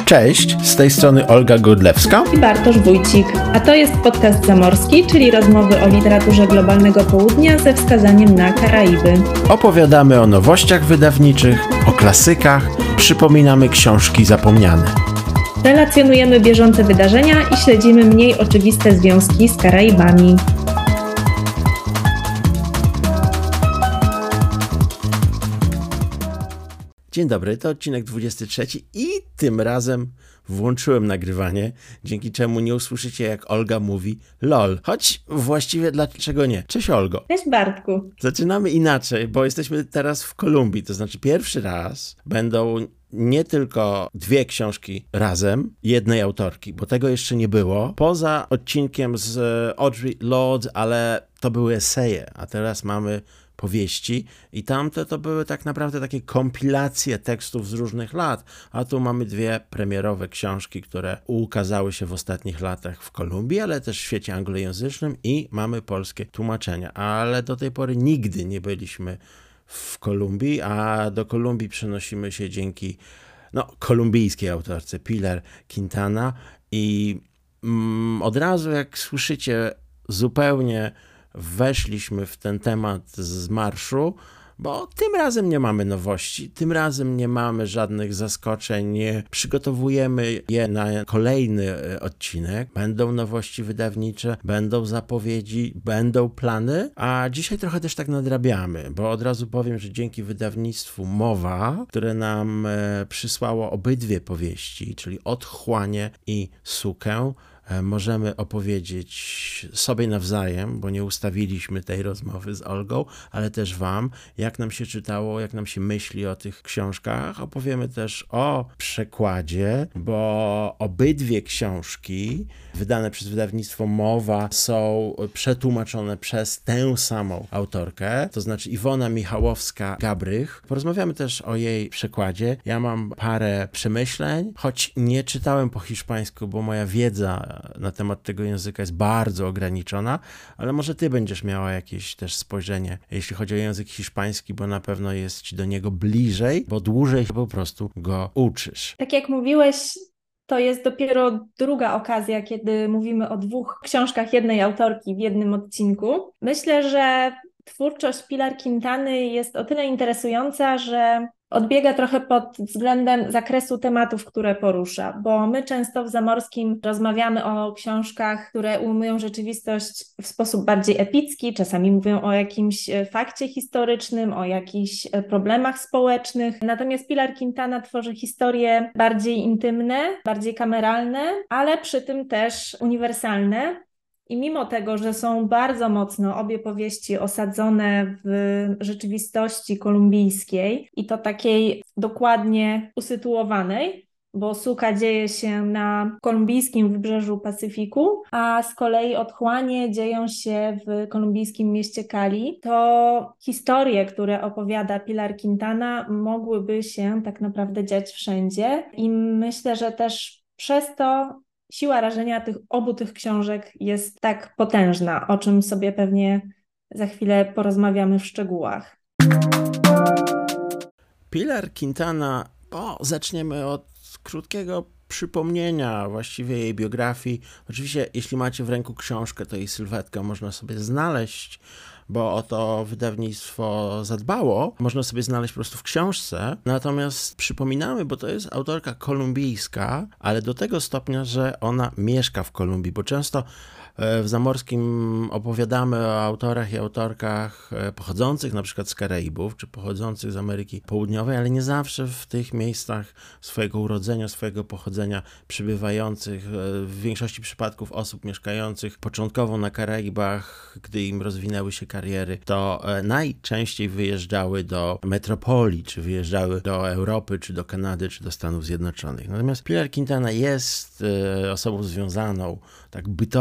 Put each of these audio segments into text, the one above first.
Cześć, z tej strony Olga Godlewska i Bartosz Wójcik, a to jest podcast Zamorski, czyli rozmowy o literaturze globalnego południa ze wskazaniem na Karaiby. Opowiadamy o nowościach wydawniczych, o klasykach, przypominamy książki zapomniane. Relacjonujemy bieżące wydarzenia i śledzimy mniej oczywiste związki z Karaibami. Dzień dobry, to odcinek 23 i tym razem włączyłem nagrywanie, dzięki czemu nie usłyszycie, jak Olga mówi LOL. Choć właściwie dlaczego nie? Cześć Olgo. Cześć Bartku. Zaczynamy inaczej, bo jesteśmy teraz w Kolumbii, to znaczy pierwszy raz będą nie tylko dwie książki razem, jednej autorki, bo tego jeszcze nie było. Poza odcinkiem z Audre Lorde, ale to były eseje, a teraz mamy powieści i tamte to były tak naprawdę takie kompilacje tekstów z różnych lat, a tu mamy dwie premierowe książki, które ukazały się w ostatnich latach w Kolumbii, ale też w świecie anglojęzycznym i mamy polskie tłumaczenia, ale do tej pory nigdy nie byliśmy w Kolumbii, a do Kolumbii przenosimy się dzięki kolumbijskiej autorce Pilar Quintana i od razu jak słyszycie zupełnie weszliśmy w ten temat z marszu, bo tym razem nie mamy nowości, tym razem nie mamy żadnych zaskoczeń, nie przygotowujemy je na kolejny odcinek. Będą nowości wydawnicze, będą zapowiedzi, będą plany, a dzisiaj trochę też tak nadrabiamy, bo od razu powiem, że dzięki wydawnictwu Mowa, które nam przysłało obydwie powieści, czyli Otchłanie i Sukę, możemy opowiedzieć sobie nawzajem, bo nie ustawiliśmy tej rozmowy z Olgą, ale też wam, jak nam się czytało, jak nam się myśli o tych książkach. Opowiemy też o przekładzie, bo obydwie książki wydane przez wydawnictwo Mowa są przetłumaczone przez tę samą autorkę, to znaczy Iwona Michałowska-Gabrych. Porozmawiamy też o jej przekładzie. Ja mam parę przemyśleń, choć nie czytałem po hiszpańsku, bo moja wiedza na temat tego języka jest bardzo ograniczona, ale może ty będziesz miała jakieś też spojrzenie, jeśli chodzi o język hiszpański, bo na pewno jest ci do niego bliżej, bo dłużej po prostu go uczysz. Tak jak mówiłeś, to jest dopiero druga okazja, kiedy mówimy o dwóch książkach jednej autorki w jednym odcinku. Myślę, że twórczość Pilar Quintany jest o tyle interesująca, że odbiega trochę pod względem zakresu tematów, które porusza, bo my często w Zamorskim rozmawiamy o książkach, które ujmują rzeczywistość w sposób bardziej epicki, czasami mówią o jakimś fakcie historycznym, o jakichś problemach społecznych, natomiast Pilar Quintana tworzy historie bardziej intymne, bardziej kameralne, ale przy tym też uniwersalne. I mimo tego, że są bardzo mocno obie powieści osadzone w rzeczywistości kolumbijskiej i to takiej dokładnie usytuowanej, bo Suka dzieje się na kolumbijskim wybrzeżu Pacyfiku, a z kolei Otchłanie dzieją się w kolumbijskim mieście Cali, to historie, które opowiada Pilar Quintana, mogłyby się tak naprawdę dziać wszędzie i myślę, że też przez to siła rażenia obu tych książek jest tak potężna, o czym sobie pewnie za chwilę porozmawiamy w szczegółach. Pilar Quintana, zaczniemy od krótkiego przypomnienia właściwie jej biografii. Oczywiście, jeśli macie w ręku książkę, to jej sylwetkę można sobie znaleźć, bo o to wydawnictwo zadbało. Można sobie znaleźć po prostu w książce. Natomiast przypominamy, bo to jest autorka kolumbijska, ale do tego stopnia, że ona mieszka w Kolumbii, bo często w Zamorskim opowiadamy o autorach i autorkach pochodzących na przykład z Karaibów, czy pochodzących z Ameryki Południowej, ale nie zawsze w tych miejscach swojego urodzenia, swojego pochodzenia przybywających, w większości przypadków osób mieszkających początkowo na Karaibach, gdy im rozwinęły się kariery, to najczęściej wyjeżdżały do metropolii, czy wyjeżdżały do Europy, czy do Kanady, czy do Stanów Zjednoczonych. Natomiast Pilar Quintana jest osobą związaną tak bytowo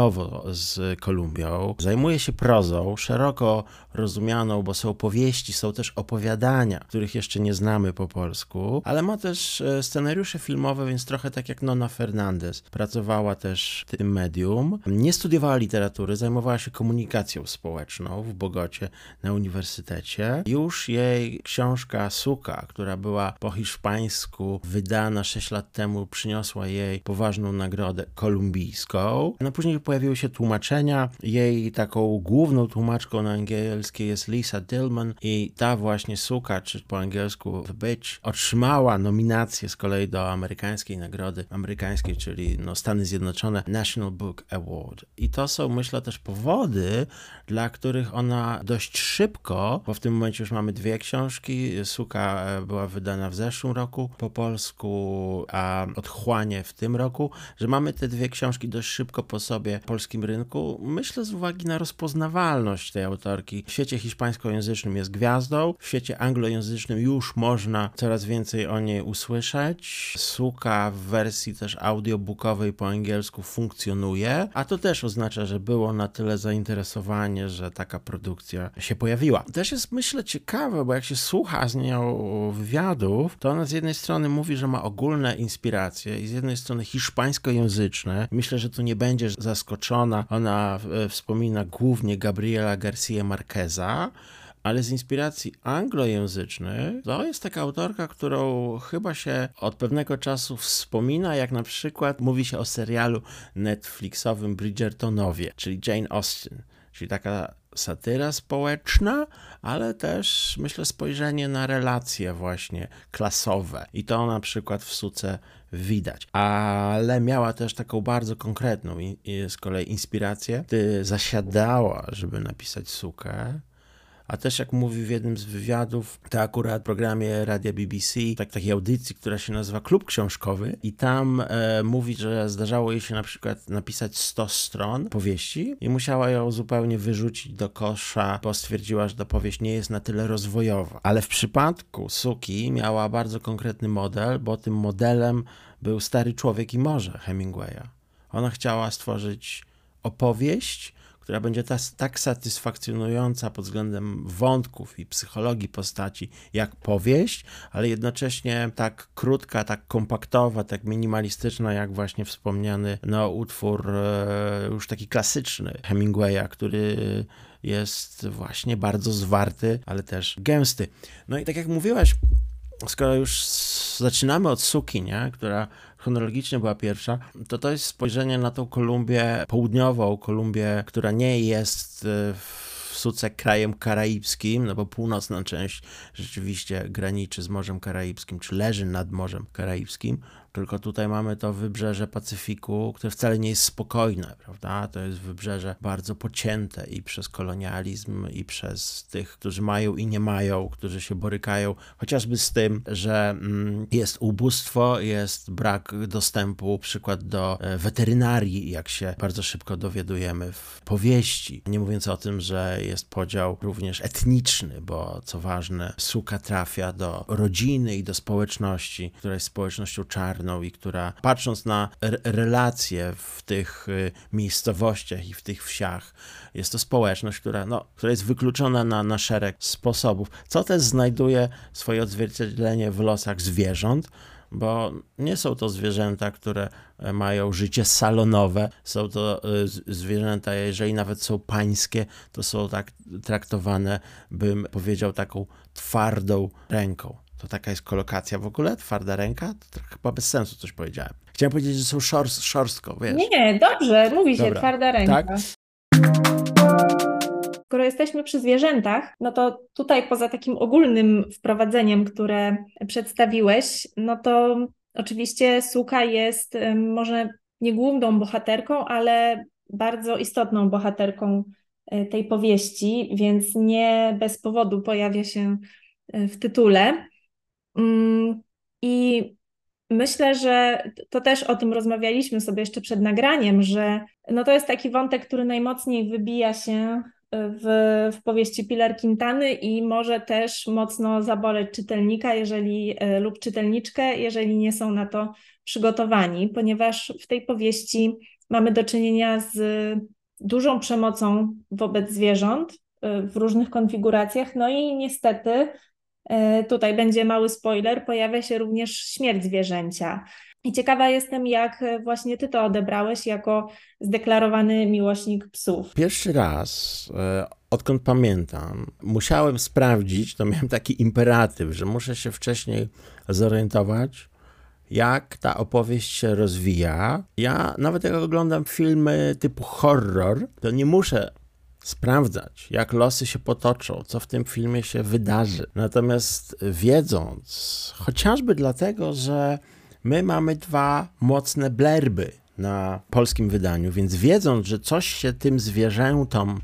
z Kolumbią. Zajmuje się prozą, szeroko rozumianą, bo są powieści, są też opowiadania, których jeszcze nie znamy po polsku, ale ma też scenariusze filmowe, więc trochę tak jak Nona Fernandez. Pracowała też w tym medium. Nie studiowała literatury, zajmowała się komunikacją społeczną w Bogocie na uniwersytecie. Już jej książka Suka, która była po hiszpańsku wydana 6 lat temu, przyniosła jej poważną nagrodę kolumbijską. No później pojawiły się tłumaczenia. Jej taką główną tłumaczką na angielski jest Lisa Dillman i ta właśnie Suka, czy po angielsku The Bitch, otrzymała nominację z kolei do amerykańskiej nagrody amerykańskiej, czyli Stany Zjednoczone National Book Award. I to są, myślę, też powody, dla których ona dość szybko, bo w tym momencie już mamy 2 książki, Suka była wydana w zeszłym roku po polsku, a Otchłanie w tym roku, że mamy te 2 książki dość szybko po sobie w polskim rynku. Myślę z uwagi na rozpoznawalność tej autorki. W świecie hiszpańskojęzycznym jest gwiazdą, w świecie anglojęzycznym już można coraz więcej o niej usłyszeć. Suka w wersji też audiobookowej po angielsku funkcjonuje, a to też oznacza, że było na tyle zainteresowanie, że taka produkcja się pojawiła. Też jest, myślę, ciekawe, bo jak się słucha z nią wywiadów, to ona z jednej strony mówi, że ma ogólne inspiracje i z jednej strony hiszpańskojęzyczne. Myślę, że tu nie będzie zaskoczona. Ona wspomina głównie Gabriela García Márqueza, ale z inspiracji anglojęzycznych to jest taka autorka, którą chyba się od pewnego czasu wspomina, jak na przykład mówi się o serialu Netflixowym Bridgertonowie, czyli Jane Austen, czyli taka satyra społeczna, ale też, myślę, spojrzenie na relacje właśnie klasowe. I to na przykład w Suce widać. Ale miała też taką bardzo konkretną z kolei inspirację, gdy zasiadała, żeby napisać Sukę. A też jak mówi w jednym z wywiadów, to akurat w programie radia BBC, takiej audycji, która się nazywa Klub Książkowy i tam mówi, że zdarzało jej się na przykład napisać 100 stron powieści i musiała ją zupełnie wyrzucić do kosza, bo stwierdziła, że ta powieść nie jest na tyle rozwojowa. Ale w przypadku Suki miała bardzo konkretny model, bo tym modelem był Stary człowiek i morze Hemingwaya. Ona chciała stworzyć opowieść, która będzie tak satysfakcjonująca pod względem wątków i psychologii postaci jak powieść, ale jednocześnie tak krótka, tak kompaktowa, tak minimalistyczna jak właśnie wspomniany utwór już taki klasyczny Hemingwaya, który jest właśnie bardzo zwarty, ale też gęsty. No i tak jak mówiłaś, skoro już zaczynamy od Suki, nie? Która chronologicznie była pierwsza, to jest spojrzenie na tą Kolumbię południową, Kolumbię, która nie jest w Suce krajem karaibskim, no bo północna część rzeczywiście graniczy z Morzem Karaibskim, czy leży nad Morzem Karaibskim, tylko tutaj mamy to wybrzeże Pacyfiku, które wcale nie jest spokojne, prawda? To jest wybrzeże bardzo pocięte i przez kolonializm, i przez tych, którzy mają i nie mają, którzy się borykają chociażby z tym, że jest ubóstwo, jest brak dostępu, przykład do weterynarii, jak się bardzo szybko dowiadujemy w powieści. Nie mówiąc o tym, że jest podział również etniczny, bo co ważne, Suka trafia do rodziny i do społeczności, która jest społecznością czarną i która, patrząc na relacje w tych miejscowościach i w tych wsiach, jest to społeczność, która jest wykluczona na szereg sposobów, co też znajduje swoje odzwierciedlenie w losach zwierząt, bo nie są to zwierzęta, które mają życie salonowe, są to zwierzęta, jeżeli nawet są pańskie, to są tak traktowane, bym powiedział, taką twardą ręką. To taka jest kolokacja w ogóle? Twarda ręka? To chyba bez sensu coś powiedziałem. Chciałem powiedzieć, że są szorstko, wiesz. Nie, dobrze, mówi się twarda ręka. Tak? Skoro jesteśmy przy zwierzętach, no to tutaj poza takim ogólnym wprowadzeniem, które przedstawiłeś, no to oczywiście Suka jest może nie główną bohaterką, ale bardzo istotną bohaterką tej powieści, więc nie bez powodu pojawia się w tytule. I myślę, że to też o tym rozmawialiśmy sobie jeszcze przed nagraniem, że to jest taki wątek, który najmocniej wybija się w powieści Pilar Quintany i może też mocno zaboleć czytelnika lub czytelniczkę, jeżeli nie są na to przygotowani, ponieważ w tej powieści mamy do czynienia z dużą przemocą wobec zwierząt w różnych konfiguracjach. No i niestety, tutaj będzie mały spoiler, pojawia się również śmierć zwierzęcia. I ciekawa jestem, jak właśnie ty to odebrałeś jako zdeklarowany miłośnik psów. Pierwszy raz, odkąd pamiętam, musiałem sprawdzić, to miałem taki imperatyw, że muszę się wcześniej zorientować, jak ta opowieść się rozwija. Ja nawet jak oglądam filmy typu horror, to nie muszę sprawdzać, jak losy się potoczą, co w tym filmie się wydarzy. Natomiast wiedząc, chociażby dlatego, że my mamy 2 mocne blerby na polskim wydaniu, więc wiedząc, że coś się tym zwierzętom,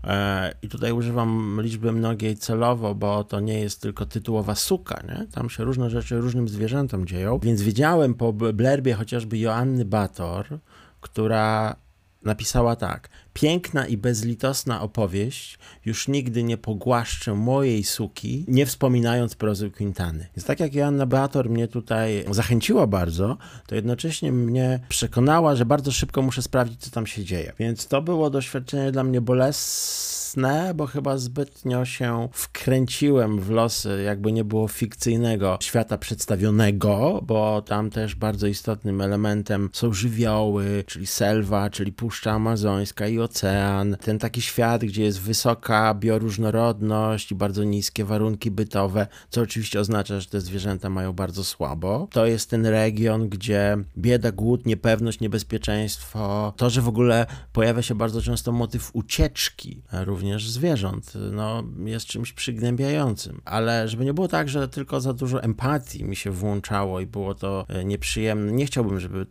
i tutaj używam liczby mnogiej celowo, bo to nie jest tylko tytułowa suka, nie? Tam się różne rzeczy różnym zwierzętom dzieją, więc wiedziałem po blerbie chociażby Joanny Bator, która napisała tak: piękna i bezlitosna opowieść, już nigdy nie pogłaszczę mojej suki, nie wspominając prozy Quintany. Więc tak jak Joanna Bator mnie tutaj zachęciła bardzo, to jednocześnie mnie przekonała, że bardzo szybko muszę sprawdzić, co tam się dzieje. Więc to było doświadczenie dla mnie bolesne, bo chyba zbytnio się wkręciłem w losy, jakby nie było fikcyjnego świata przedstawionego, bo tam też bardzo istotnym elementem są żywioły, czyli selwa, czyli Puszcza Amazońska i ocean. Ten taki świat, gdzie jest wysoka bioróżnorodność i bardzo niskie warunki bytowe, co oczywiście oznacza, że te zwierzęta mają bardzo słabo. To jest ten region, gdzie bieda, głód, niepewność, niebezpieczeństwo, to, że w ogóle pojawia się bardzo często motyw ucieczki również zwierząt, no, jest czymś przygnębiającym. Ale żeby nie było tak, że tylko za dużo empatii mi się włączało i było to nieprzyjemne. Nie chciałbym, żeby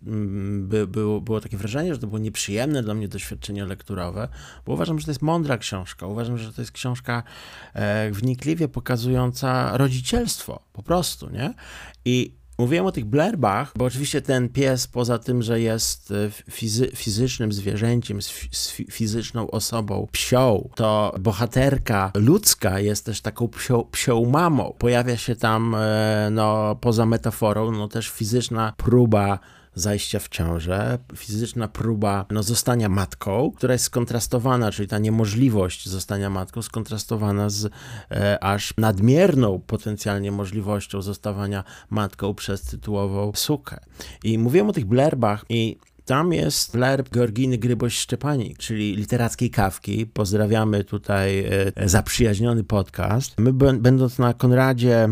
było takie wrażenie, że to było nieprzyjemne dla mnie doświadczenie lekturowe, bo uważam, że to jest mądra książka. Uważam, że to jest książka wnikliwie pokazująca rodzicielstwo, po prostu, nie? I mówiłem o tych blerbach, bo oczywiście ten pies, poza tym, że jest fizycznym zwierzęciem, z fizyczną osobą, psią, to bohaterka ludzka jest też taką psią mamą. Pojawia się tam, no, poza metaforą, no też fizyczna próba zajścia w ciążę, fizyczna próba zostania matką, która jest skontrastowana, czyli ta niemożliwość zostania matką, skontrastowana z aż nadmierną potencjalnie możliwością zostawania matką przez tytułową sukę. I mówiłem o tych blerbach i tam jest blerb Georginy Gryboś-Szczepanik, czyli literackiej kawki. Pozdrawiamy tutaj zaprzyjaźniony podcast. My będąc na Konradzie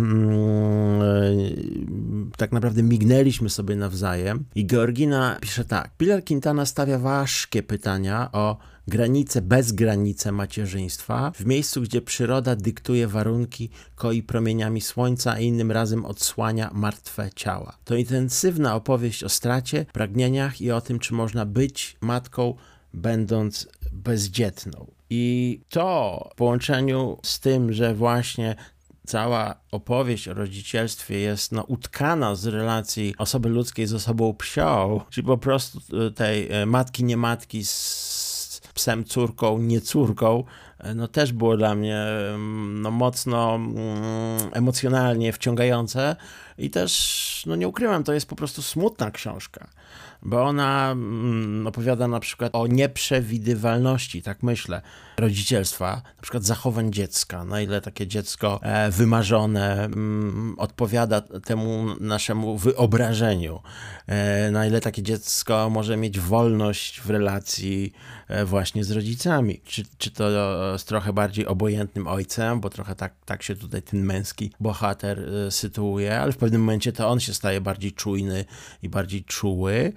tak naprawdę mignęliśmy sobie nawzajem i Georgina pisze tak: Pilar Quintana stawia ważkie pytania o granice, bezgranice macierzyństwa, w miejscu, gdzie przyroda dyktuje warunki, koi promieniami słońca, a innym razem odsłania martwe ciała. To intensywna opowieść o stracie, pragnieniach i o tym, czy można być matką, będąc bezdzietną. I to w połączeniu z tym, że właśnie cała opowieść o rodzicielstwie jest utkana z relacji osoby ludzkiej z osobą psią, czyli po prostu tej matki, nie matki z psem, córką, nie córką, no też było dla mnie mocno emocjonalnie wciągające i też, nie ukrywam, to jest po prostu smutna książka, bo ona opowiada na przykład o nieprzewidywalności, tak myślę, rodzicielstwa, na przykład zachowań dziecka, na ile takie dziecko wymarzone odpowiada temu naszemu wyobrażeniu, na ile takie dziecko może mieć wolność w relacji właśnie z rodzicami, czy to z trochę bardziej obojętnym ojcem, bo trochę tak się tutaj ten męski bohater sytuuje, ale w pewnym momencie to on się staje bardziej czujny i bardziej czuły,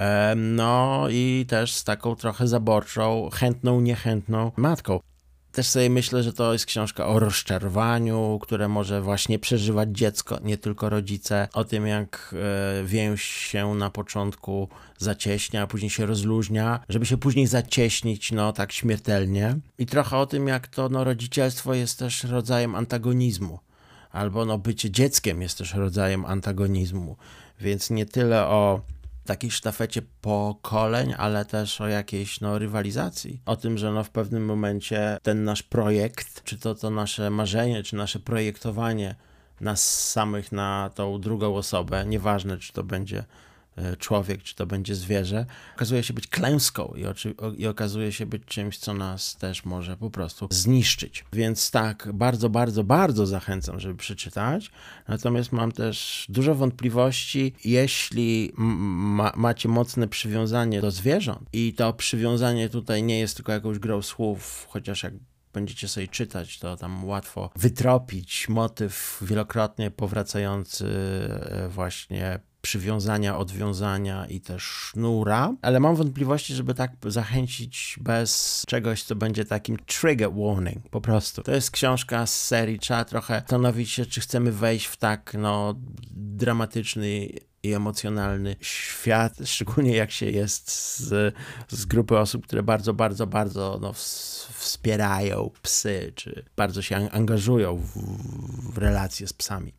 no i też z taką trochę zaborczą, chętną, niechętną matką. Też sobie myślę, że to jest książka o rozczarowaniu, które może właśnie przeżywać dziecko, nie tylko rodzice, o tym, jak więź się na początku zacieśnia, a później się rozluźnia, żeby się później zacieśnić, tak śmiertelnie. I trochę o tym, jak to rodzicielstwo jest też rodzajem antagonizmu, albo bycie dzieckiem jest też rodzajem antagonizmu, więc nie tyle o takiej sztafecie pokoleń, ale też o jakiejś rywalizacji. O tym, że w pewnym momencie ten nasz projekt, czy to nasze marzenie, czy nasze projektowanie nas samych na tą drugą osobę, nieważne czy to będzie człowiek, czy to będzie zwierzę, okazuje się być klęską i okazuje się być czymś, co nas też może po prostu zniszczyć. Więc tak, bardzo, bardzo, bardzo zachęcam, żeby przeczytać. Natomiast mam też dużo wątpliwości, jeśli macie mocne przywiązanie do zwierząt i to przywiązanie tutaj nie jest tylko jakąś grą słów, chociaż jak będziecie sobie czytać, to tam łatwo wytropić motyw wielokrotnie powracający właśnie przywiązania, odwiązania i też sznura, ale mam wątpliwości, żeby tak zachęcić bez czegoś, co będzie takim trigger warning, po prostu. To jest książka z serii, trzeba trochę zastanowić się, czy chcemy wejść w tak, dramatyczny i emocjonalny świat, szczególnie jak się jest z grupy osób, które bardzo, bardzo, bardzo wspierają psy, czy bardzo się angażują w relacje z psami.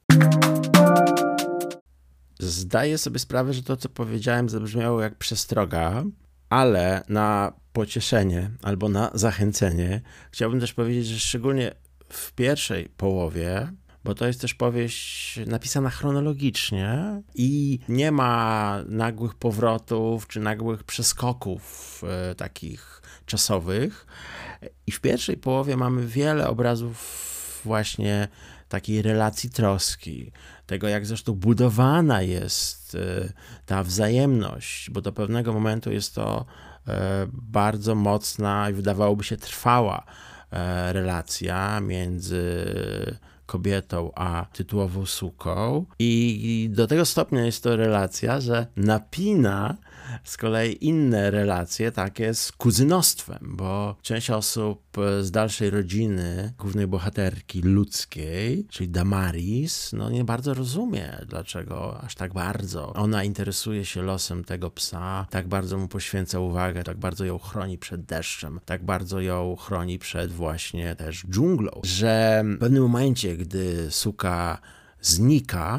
Zdaję sobie sprawę, że to, co powiedziałem, zabrzmiało jak przestroga, ale na pocieszenie albo na zachęcenie chciałbym też powiedzieć, że szczególnie w pierwszej połowie, bo to jest też powieść napisana chronologicznie i nie ma nagłych powrotów czy nagłych przeskoków takich czasowych. I w pierwszej połowie mamy wiele obrazów właśnie takiej relacji troski, tego jak zresztą budowana jest ta wzajemność, bo do pewnego momentu jest to bardzo mocna i wydawałoby się trwała relacja między kobietą a tytułową suką i do tego stopnia jest to relacja, że napina z kolei inne relacje takie z kuzynostwem, bo część osób z dalszej rodziny głównej bohaterki ludzkiej, czyli Damaris, nie bardzo rozumie, dlaczego aż tak bardzo ona interesuje się losem tego psa, tak bardzo mu poświęca uwagę, tak bardzo ją chroni przed deszczem, tak bardzo ją chroni przed właśnie też dżunglą, że w pewnym momencie, gdy suka znika,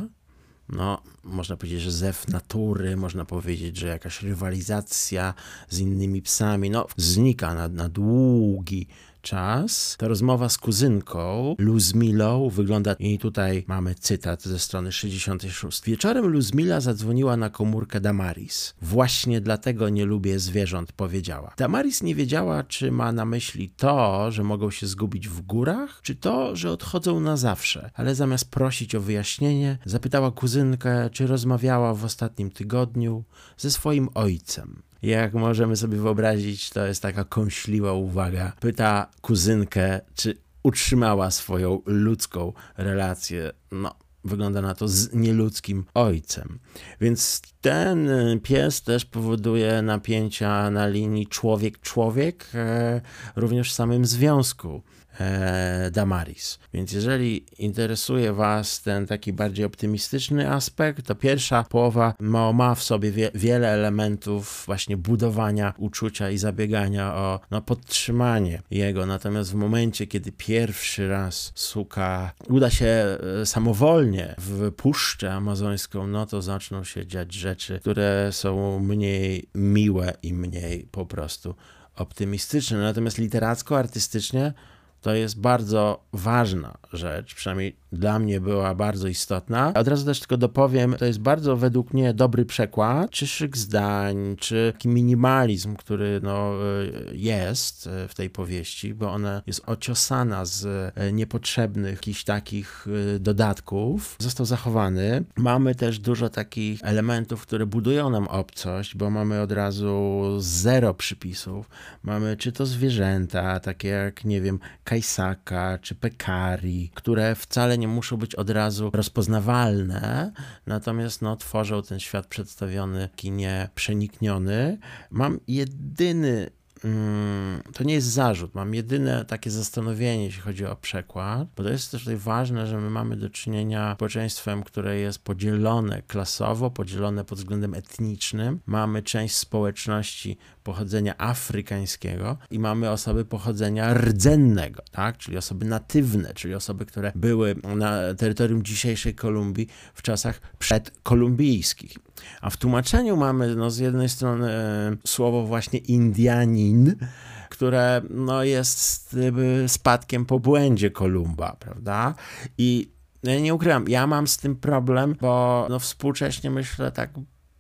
można powiedzieć, że zew natury, można powiedzieć, że jakaś rywalizacja z innymi psami, znika na długi czas. Ta rozmowa z kuzynką Luzmilą wygląda, i tutaj mamy cytat ze strony 66. Wieczorem Luzmila zadzwoniła na komórkę Damaris. Właśnie dlatego nie lubię zwierząt, powiedziała. Damaris nie wiedziała, czy ma na myśli to, że mogą się zgubić w górach, czy to, że odchodzą na zawsze. Ale zamiast prosić o wyjaśnienie, zapytała kuzynkę, czy rozmawiała w ostatnim tygodniu ze swoim ojcem. Jak możemy sobie wyobrazić, to jest taka kąśliwa uwaga. Pyta kuzynkę, czy utrzymała swoją ludzką relację. Wygląda na to z nieludzkim ojcem. Więc ten pies też powoduje napięcia na linii człowiek-człowiek, również w samym związku Damaris. Więc jeżeli interesuje was ten taki bardziej optymistyczny aspekt, to pierwsza połowa ma w sobie wiele elementów właśnie budowania uczucia i zabiegania o podtrzymanie jego. Natomiast w momencie, kiedy pierwszy raz suka uda się samowolnie w puszczę amazońską, to zaczną się dziać rzeczy, które są mniej miłe i mniej po prostu optymistyczne. Natomiast literacko-artystycznie to jest bardzo ważna rzecz, przynajmniej dla mnie była bardzo istotna. Od razu też tylko dopowiem, to jest bardzo według mnie dobry przekład, czy szyk zdań, czy taki minimalizm, który jest w tej powieści, bo ona jest ociosana z niepotrzebnych jakichś takich dodatków. Został zachowany. Mamy też dużo takich elementów, które budują nam obcość, bo mamy od razu 0 przypisów. Mamy czy to zwierzęta, takie jak, Kajsaka czy Pekari, które wcale nie muszą być od razu rozpoznawalne, natomiast tworzą ten świat przedstawiony taki nieprzenikniony. Mam jedyny, to nie jest zarzut, mam jedyne takie zastanowienie, jeśli chodzi o przekład, bo to jest też tutaj ważne, że my mamy do czynienia z społeczeństwem, które jest podzielone klasowo, podzielone pod względem etnicznym. Mamy część społeczności pochodzenia afrykańskiego i mamy osoby pochodzenia rdzennego, tak? Czyli osoby natywne, czyli osoby, które były na terytorium dzisiejszej Kolumbii w czasach przedkolumbijskich. A w tłumaczeniu mamy z jednej strony słowo właśnie Indianin, które jest spadkiem po błędzie Kolumba, prawda? I nie ukrywam, ja mam z tym problem, bo współcześnie myślę tak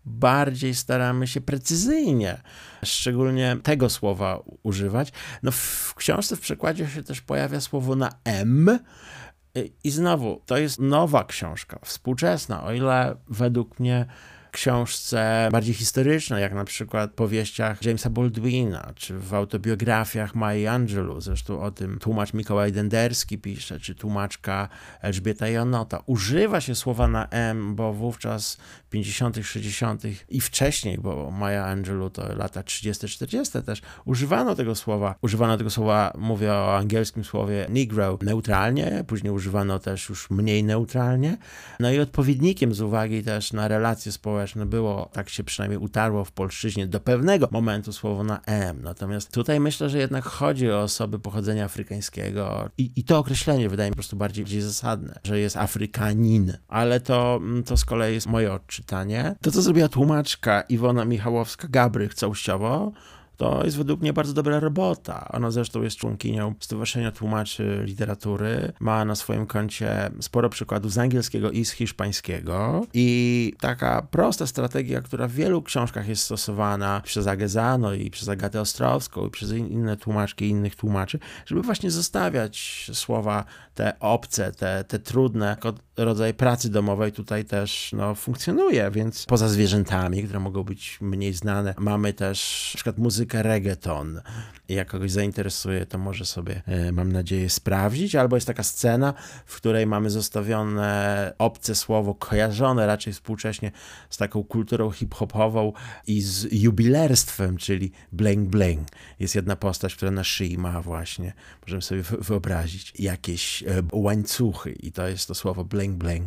bardziej staramy się precyzyjnie, szczególnie tego słowa używać. No w książce w przekładzie się też pojawia słowo na M. I znowu, to jest nowa książka, współczesna, o ile według mnie książce bardziej historycznej, jak na przykład w powieściach Jamesa Baldwina, czy w autobiografiach Mai Angelou, zresztą o tym tłumacz Mikołaj Denderski pisze, czy tłumaczka Elżbieta Janota. Używa się słowa na M, bo wówczas w 50., 60. i wcześniej, bo Maya Angelou to lata 30., 40. też używano tego słowa, mówię o angielskim słowie negro, neutralnie, później używano też już mniej neutralnie. No i odpowiednikiem z uwagi też na relacje społeczne było, tak się przynajmniej utarło w polszczyźnie, do pewnego momentu słowo na M. Natomiast tutaj myślę, że jednak chodzi o osoby pochodzenia afrykańskiego i to określenie wydaje mi się po prostu bardziej zasadne, że jest Afrykanin. Ale to z kolei jest moje odczytanie. To, co zrobiła tłumaczka Iwona Michałowska-Gabrych całościowo, to jest według mnie bardzo dobra robota. Ona zresztą jest członkinią Stowarzyszenia Tłumaczy Literatury. Ma na swoim koncie sporo przykładów z angielskiego i z hiszpańskiego. I taka prosta strategia, która w wielu książkach jest stosowana przez Agezano i przez Agatę Ostrowską i przez inne tłumaczki i innych tłumaczy, żeby właśnie zostawiać słowa te obce, te trudne, jako rodzaj pracy domowej tutaj też funkcjonuje, więc poza zwierzętami, które mogą być mniej znane, mamy też na przykład muzykę reggaeton. Jak kogoś zainteresuje, to może sobie, mam nadzieję, sprawdzić. Albo jest taka scena, w której mamy zostawione obce słowo, kojarzone raczej współcześnie z taką kulturą hip-hopową i z jubilerstwem, czyli bling bling. Jest jedna postać, która na szyi ma właśnie, możemy sobie wyobrazić, jakieś łańcuchy i to jest to słowo bling bling.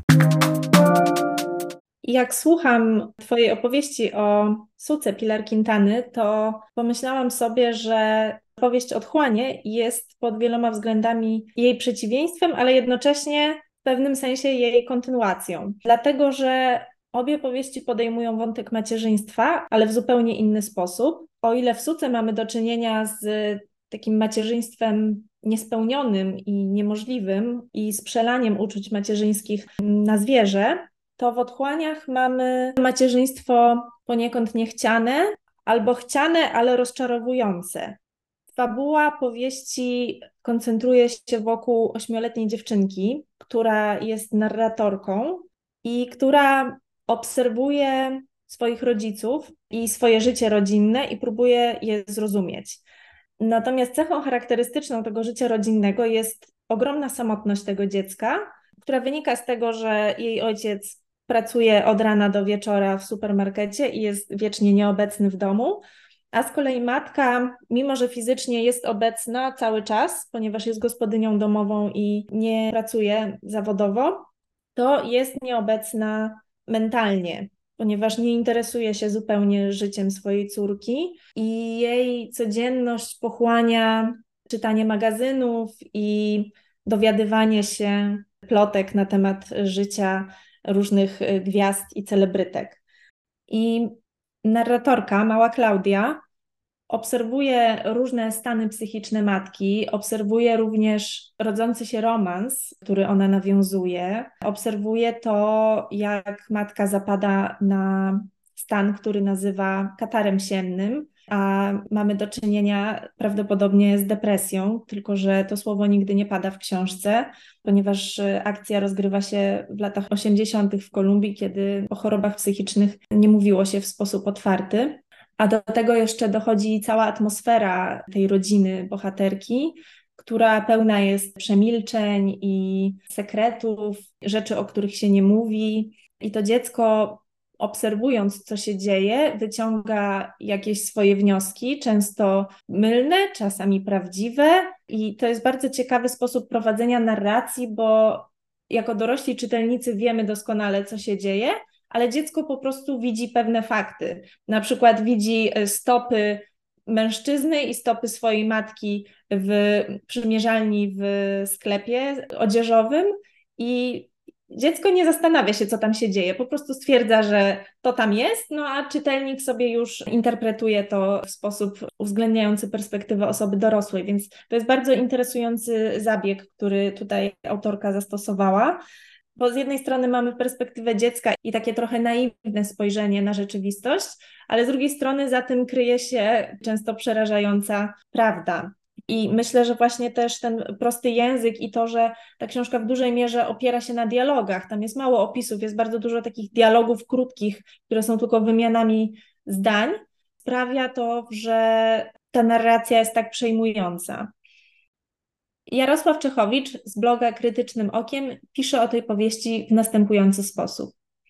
Jak słucham Twojej opowieści o Suce Pilar Quintany, to pomyślałam sobie, że powieść Otchłanie jest pod wieloma względami jej przeciwieństwem, ale jednocześnie w pewnym sensie jej kontynuacją. Dlatego, że obie powieści podejmują wątek macierzyństwa, ale w zupełnie inny sposób. O ile w Suce mamy do czynienia z takim macierzyństwem niespełnionym i niemożliwym i z przelaniem uczuć macierzyńskich na zwierzę, to w Otchłaniach mamy macierzyństwo poniekąd niechciane albo chciane, ale rozczarowujące. Fabuła powieści koncentruje się wokół 8-letniej dziewczynki, która jest narratorką i która obserwuje swoich rodziców i swoje życie rodzinne i próbuje je zrozumieć. Natomiast cechą charakterystyczną tego życia rodzinnego jest ogromna samotność tego dziecka, która wynika z tego, że jej ojciec pracuje od rana do wieczora w supermarkecie i jest wiecznie nieobecny w domu, a z kolei matka, mimo że fizycznie jest obecna cały czas, ponieważ jest gospodynią domową i nie pracuje zawodowo, to jest nieobecna mentalnie, ponieważ nie interesuje się zupełnie życiem swojej córki i jej codzienność pochłania czytanie magazynów i dowiadywanie się plotek na temat życia różnych gwiazd i celebrytek. I narratorka, mała Klaudia, obserwuje różne stany psychiczne matki, obserwuje również rodzący się romans, który ona nawiązuje, obserwuje to, jak matka zapada na stan, który nazywa katarem siennym, a mamy do czynienia prawdopodobnie z depresją, tylko że to słowo nigdy nie pada w książce, ponieważ akcja rozgrywa się w latach 80. w Kolumbii, kiedy o chorobach psychicznych nie mówiło się w sposób otwarty. A do tego jeszcze dochodzi cała atmosfera tej rodziny bohaterki, która pełna jest przemilczeń i sekretów, rzeczy, o których się nie mówi. I to dziecko, obserwując, co się dzieje, wyciąga jakieś swoje wnioski, często mylne, czasami prawdziwe. I to jest bardzo ciekawy sposób prowadzenia narracji, bo jako dorośli czytelnicy wiemy doskonale, co się dzieje, ale dziecko po prostu widzi pewne fakty. Na przykład widzi stopy mężczyzny i stopy swojej matki w przymierzalni w sklepie odzieżowym i dziecko nie zastanawia się, co tam się dzieje, po prostu stwierdza, że to tam jest, no a czytelnik sobie już interpretuje to w sposób uwzględniający perspektywę osoby dorosłej, więc to jest bardzo interesujący zabieg, który tutaj autorka zastosowała. Bo z jednej strony mamy perspektywę dziecka i takie trochę naiwne spojrzenie na rzeczywistość, ale z drugiej strony za tym kryje się często przerażająca prawda. I myślę, że właśnie też ten prosty język i to, że ta książka w dużej mierze opiera się na dialogach, tam jest mało opisów, jest bardzo dużo takich dialogów krótkich, które są tylko wymianami zdań, sprawia to, że ta narracja jest tak przejmująca. Jarosław Czechowicz z bloga Krytycznym Okiem pisze o tej powieści w następujący sposób.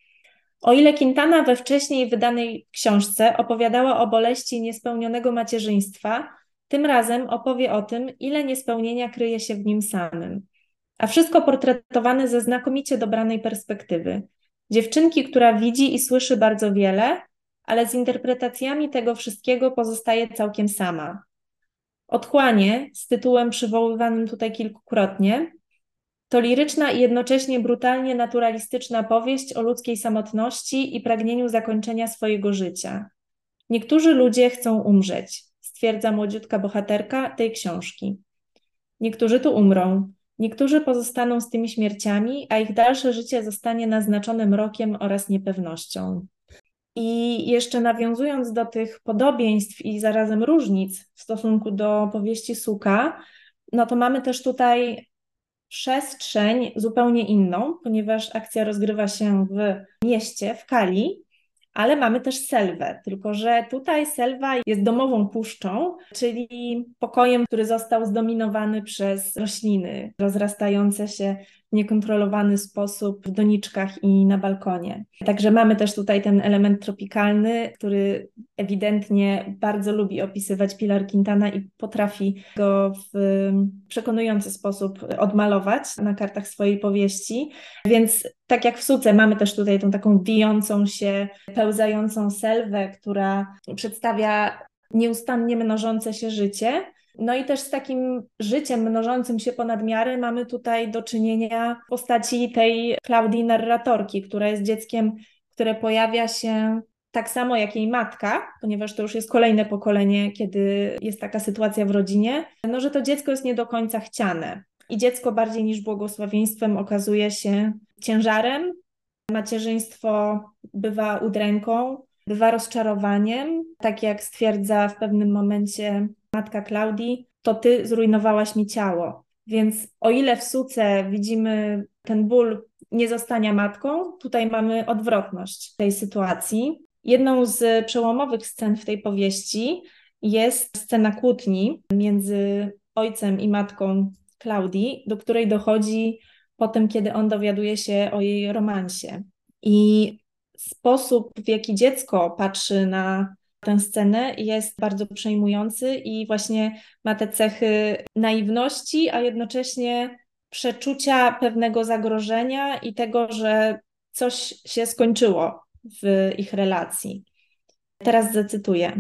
O ile Quintana we wcześniej wydanej książce opowiadała o boleści niespełnionego macierzyństwa, tym razem opowie o tym, ile niespełnienia kryje się w nim samym. A wszystko portretowane ze znakomicie dobranej perspektywy. Dziewczynki, która widzi i słyszy bardzo wiele, ale z interpretacjami tego wszystkiego pozostaje całkiem sama. Otchłanie, z tytułem przywoływanym tutaj kilkukrotnie, to liryczna i jednocześnie brutalnie naturalistyczna powieść o ludzkiej samotności i pragnieniu zakończenia swojego życia. Niektórzy ludzie chcą umrzeć, stwierdza młodziutka bohaterka tej książki. Niektórzy tu umrą, niektórzy pozostaną z tymi śmierciami, a ich dalsze życie zostanie naznaczone mrokiem oraz niepewnością. I jeszcze nawiązując do tych podobieństw i zarazem różnic w stosunku do powieści Suka, no to mamy też tutaj przestrzeń zupełnie inną, ponieważ akcja rozgrywa się w mieście, w Kali, ale mamy też Selwę, tylko że tutaj Selwa jest domową puszczą, czyli pokojem, który został zdominowany przez rośliny rozrastające się w niekontrolowany sposób w doniczkach i na balkonie. Także mamy też tutaj ten element tropikalny, który ewidentnie bardzo lubi opisywać Pilar Quintana i potrafi go w przekonujący sposób odmalować na kartach swojej powieści. Więc tak jak w Suce mamy też tutaj tą taką wijącą się, pełzającą Selwę, która przedstawia nieustannie mnożące się życie. No i też z takim życiem mnożącym się ponad miarę mamy tutaj do czynienia w postaci tej Klaudii narratorki, która jest dzieckiem, które pojawia się tak samo jak jej matka, ponieważ to już jest kolejne pokolenie, kiedy jest taka sytuacja w rodzinie, no że to dziecko jest nie do końca chciane. I dziecko bardziej niż błogosławieństwem okazuje się ciężarem. Macierzyństwo bywa udręką, bywa rozczarowaniem. Tak jak stwierdza w pewnym momencie matka Klaudii, to ty zrujnowałaś mi ciało. Więc o ile w Suce widzimy ten ból niezostania matką, tutaj mamy odwrotność tej sytuacji. Jedną z przełomowych scen w tej powieści jest scena kłótni między ojcem i matką Klaudii, do której dochodzi po tym, kiedy on dowiaduje się o jej romansie. I sposób, w jaki dziecko patrzy na tę scenę, jest bardzo przejmujący i właśnie ma te cechy naiwności, a jednocześnie przeczucia pewnego zagrożenia i tego, że coś się skończyło w ich relacji. Teraz zacytuję.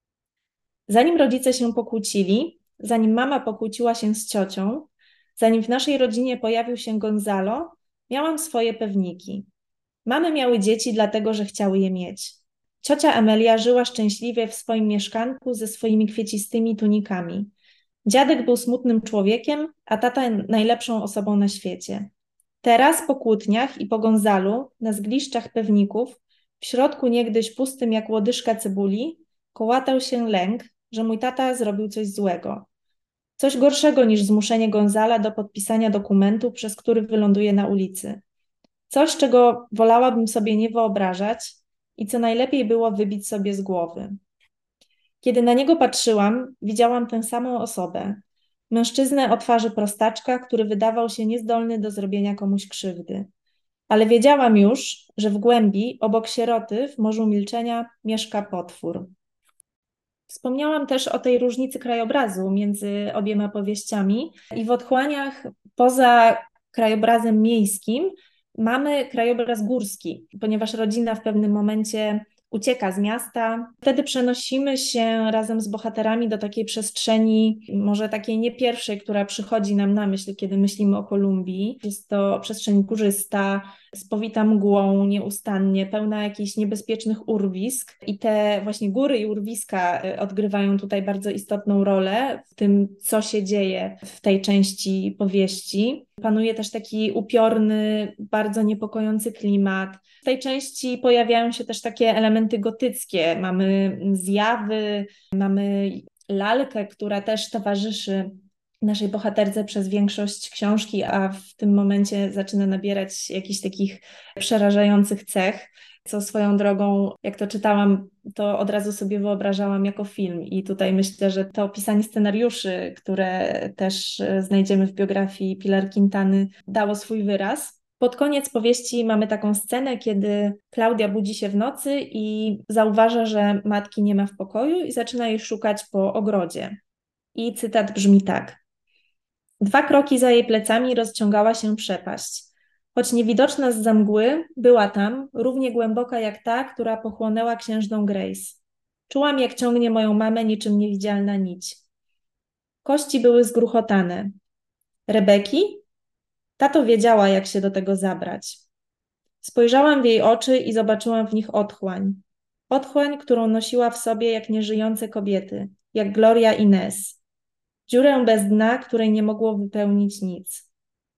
Zanim rodzice się pokłócili, zanim mama pokłóciła się z ciocią, zanim w naszej rodzinie pojawił się Gonzalo, miałam swoje pewniki. Mamy miały dzieci dlatego, że chciały je mieć. Ciocia Amelia żyła szczęśliwie w swoim mieszkanku ze swoimi kwiecistymi tunikami. Dziadek był smutnym człowiekiem, a tata najlepszą osobą na świecie. Teraz po kłótniach i po Gonzalu, na zgliszczach pewników, w środku niegdyś pustym jak łodyżka cebuli, kołatał się lęk, że mój tata zrobił coś złego. Coś gorszego niż zmuszenie Gonzala do podpisania dokumentu, przez który wyląduje na ulicy. Coś, czego wolałabym sobie nie wyobrażać i co najlepiej było wybić sobie z głowy. Kiedy na niego patrzyłam, widziałam tę samą osobę. Mężczyznę o twarzy prostaczka, który wydawał się niezdolny do zrobienia komuś krzywdy. Ale wiedziałam już, że w głębi, obok sieroty, w morzu milczenia, mieszka potwór. Wspomniałam też o tej różnicy krajobrazu między obiema powieściami i w Otchłaniach poza krajobrazem miejskim mamy krajobraz górski, ponieważ rodzina w pewnym momencie ucieka z miasta. Wtedy przenosimy się razem z bohaterami do takiej przestrzeni, może takiej nie pierwszej, która przychodzi nam na myśl, kiedy myślimy o Kolumbii. Jest to przestrzeń górzysta, spowita mgłą nieustannie, pełna jakichś niebezpiecznych urwisk i te właśnie góry i urwiska odgrywają tutaj bardzo istotną rolę w tym, co się dzieje w tej części powieści. Panuje też taki upiorny, bardzo niepokojący klimat. W tej części pojawiają się też takie elementy gotyckie. Mamy zjawy, mamy lalkę, która też towarzyszy naszej bohaterce przez większość książki, a w tym momencie zaczyna nabierać jakichś takich przerażających cech, co swoją drogą, jak to czytałam, to od razu sobie wyobrażałam jako film i tutaj myślę, że to pisanie scenariuszy, które też znajdziemy w biografii Pilar Quintany, dało swój wyraz. Pod koniec powieści mamy taką scenę, kiedy Klaudia budzi się w nocy i zauważa, że matki nie ma w pokoju i zaczyna jej szukać po ogrodzie. I cytat brzmi tak. 2 kroki za jej plecami rozciągała się przepaść. Choć niewidoczna zza mgły, była tam, równie głęboka jak ta, która pochłonęła księżną Grace. Czułam, jak ciągnie moją mamę niczym niewidzialna nić. Kości były zgruchotane. Rebeki? Tato wiedziała, jak się do tego zabrać. Spojrzałam w jej oczy i zobaczyłam w nich otchłań. Otchłań, którą nosiła w sobie jak nieżyjące kobiety, jak Gloria Inez. Dziurę bez dna, której nie mogło wypełnić nic.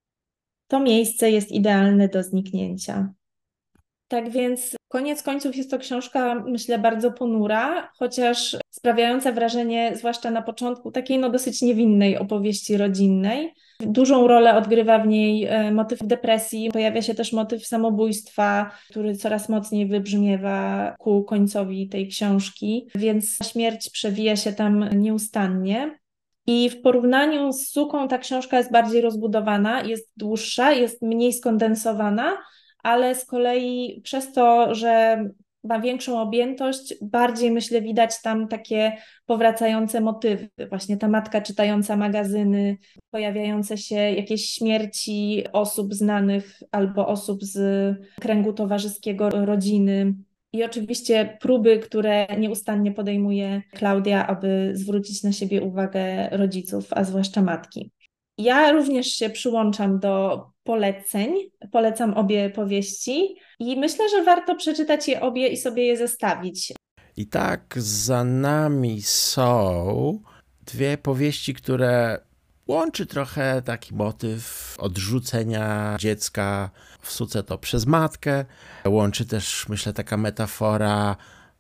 To miejsce jest idealne do zniknięcia. Tak więc koniec końców jest to książka, myślę, bardzo ponura, chociaż sprawiająca wrażenie, zwłaszcza na początku, takiej dosyć niewinnej opowieści rodzinnej. Dużą rolę odgrywa w niej motyw depresji, pojawia się też motyw samobójstwa, który coraz mocniej wybrzmiewa ku końcowi tej książki, więc śmierć przewija się tam nieustannie. I w porównaniu z Suką ta książka jest bardziej rozbudowana, jest dłuższa, jest mniej skondensowana, ale z kolei przez to, że ma większą objętość, bardziej myślę widać tam takie powracające motywy. Właśnie ta matka czytająca magazyny, pojawiające się jakieś śmierci osób znanych albo osób z kręgu towarzyskiego rodziny. I oczywiście próby, które nieustannie podejmuje Klaudia, aby zwrócić na siebie uwagę rodziców, a zwłaszcza matki. Ja również się przyłączam do poleceń, polecam obie powieści i myślę, że warto przeczytać je obie i sobie je zestawić. I tak za nami są 2 powieści, które łączy trochę taki motyw odrzucenia dziecka w Suce to przez matkę. Łączy też, myślę, taka metafora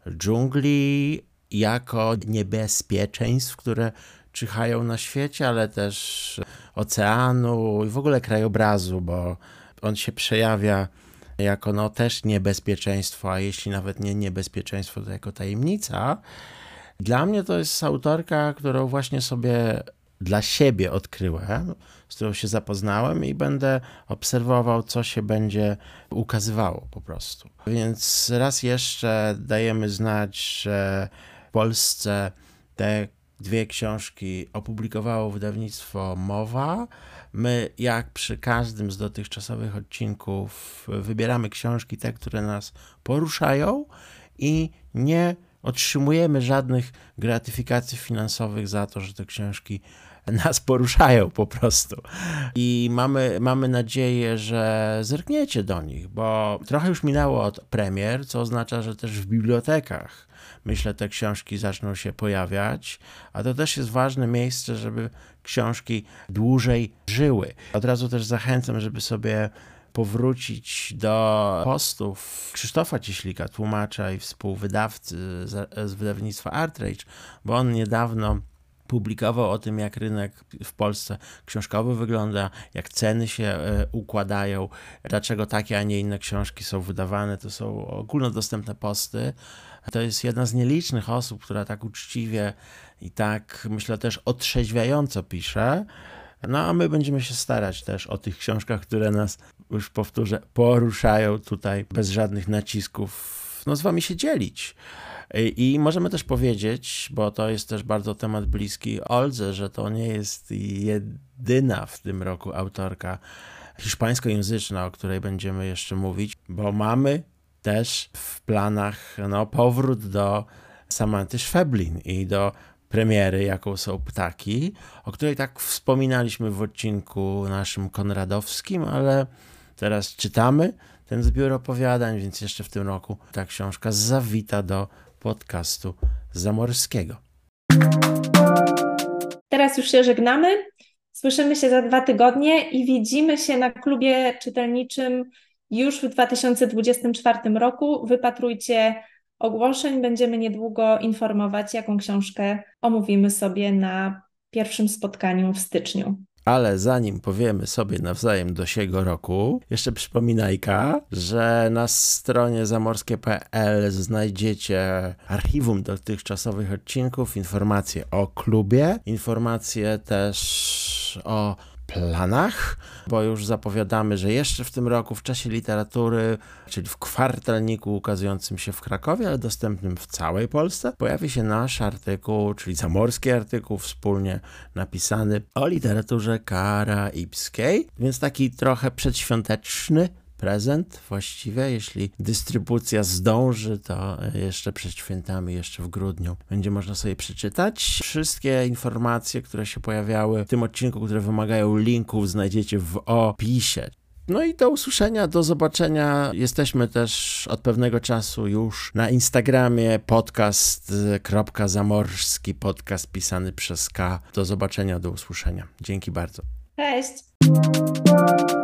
dżungli jako niebezpieczeństw, które czyhają na świecie, ale też oceanu i w ogóle krajobrazu, bo on się przejawia jako też niebezpieczeństwo, a jeśli nawet nie niebezpieczeństwo, to jako tajemnica. Dla mnie to jest autorka, którą właśnie sobie dla siebie odkryłem, z którą się zapoznałem i będę obserwował, co się będzie ukazywało po prostu. Więc raz jeszcze dajemy znać, że w Polsce te 2 książki opublikowało wydawnictwo Mowa. My, jak przy każdym z dotychczasowych odcinków, wybieramy książki te, które nas poruszają i nie otrzymujemy żadnych gratyfikacji finansowych za to, że te książki nas poruszają po prostu. I mamy nadzieję, że zerkniecie do nich, bo trochę już minęło od premier, co oznacza, że też w bibliotekach, myślę, te książki zaczną się pojawiać, a to też jest ważne miejsce, żeby książki dłużej żyły. Od razu też zachęcam, żeby sobie powrócić do postów Krzysztofa Cieślika, tłumacza i współwydawcy z wydawnictwa ArtRage, bo on niedawno publikował o tym, jak rynek w Polsce książkowy wygląda, jak ceny się układają, dlaczego takie, a nie inne książki są wydawane. To są ogólnodostępne posty. To jest jedna z nielicznych osób, która tak uczciwie i tak, myślę, też otrzeźwiająco pisze. No a my będziemy się starać też o tych książkach, które nas, już powtórzę, poruszają tutaj bez żadnych nacisków, z wami się dzielić. I możemy też powiedzieć, bo to jest też bardzo temat bliski Oldze, że to nie jest jedyna w tym roku autorka hiszpańskojęzyczna, o której będziemy jeszcze mówić, bo mamy też w planach powrót do Samanty Schweblin i do premiery, jaką są Ptaki, o której tak wspominaliśmy w odcinku naszym konradowskim, ale teraz czytamy ten zbiór opowiadań, więc jeszcze w tym roku ta książka zawita do podcastu Zamorskiego. Teraz już się żegnamy. Słyszymy się za 2 tygodnie i widzimy się na klubie czytelniczym już w 2024 roku. Wypatrujcie ogłoszeń. Będziemy niedługo informować, jaką książkę omówimy sobie na pierwszym spotkaniu w styczniu. Ale zanim powiemy sobie nawzajem do siego roku, jeszcze przypominajka, że na stronie zamorskie.pl znajdziecie archiwum dotychczasowych odcinków, informacje o klubie, informacje też o planach, bo już zapowiadamy, że jeszcze w tym roku w Czasie Literatury, czyli w kwartalniku ukazującym się w Krakowie, ale dostępnym w całej Polsce, pojawi się nasz artykuł, czyli zamorski artykuł wspólnie napisany o literaturze karaibskiej, więc taki trochę przedświąteczny prezent właściwie, jeśli dystrybucja zdąży, to jeszcze przed świętami, jeszcze w grudniu będzie można sobie przeczytać. Wszystkie informacje, które się pojawiały w tym odcinku, które wymagają linków, znajdziecie w opisie. No i do usłyszenia, do zobaczenia. Jesteśmy też od pewnego czasu już na Instagramie podcast.zamorski, podcast pisany przez K. Do zobaczenia, do usłyszenia. Dzięki bardzo. Cześć!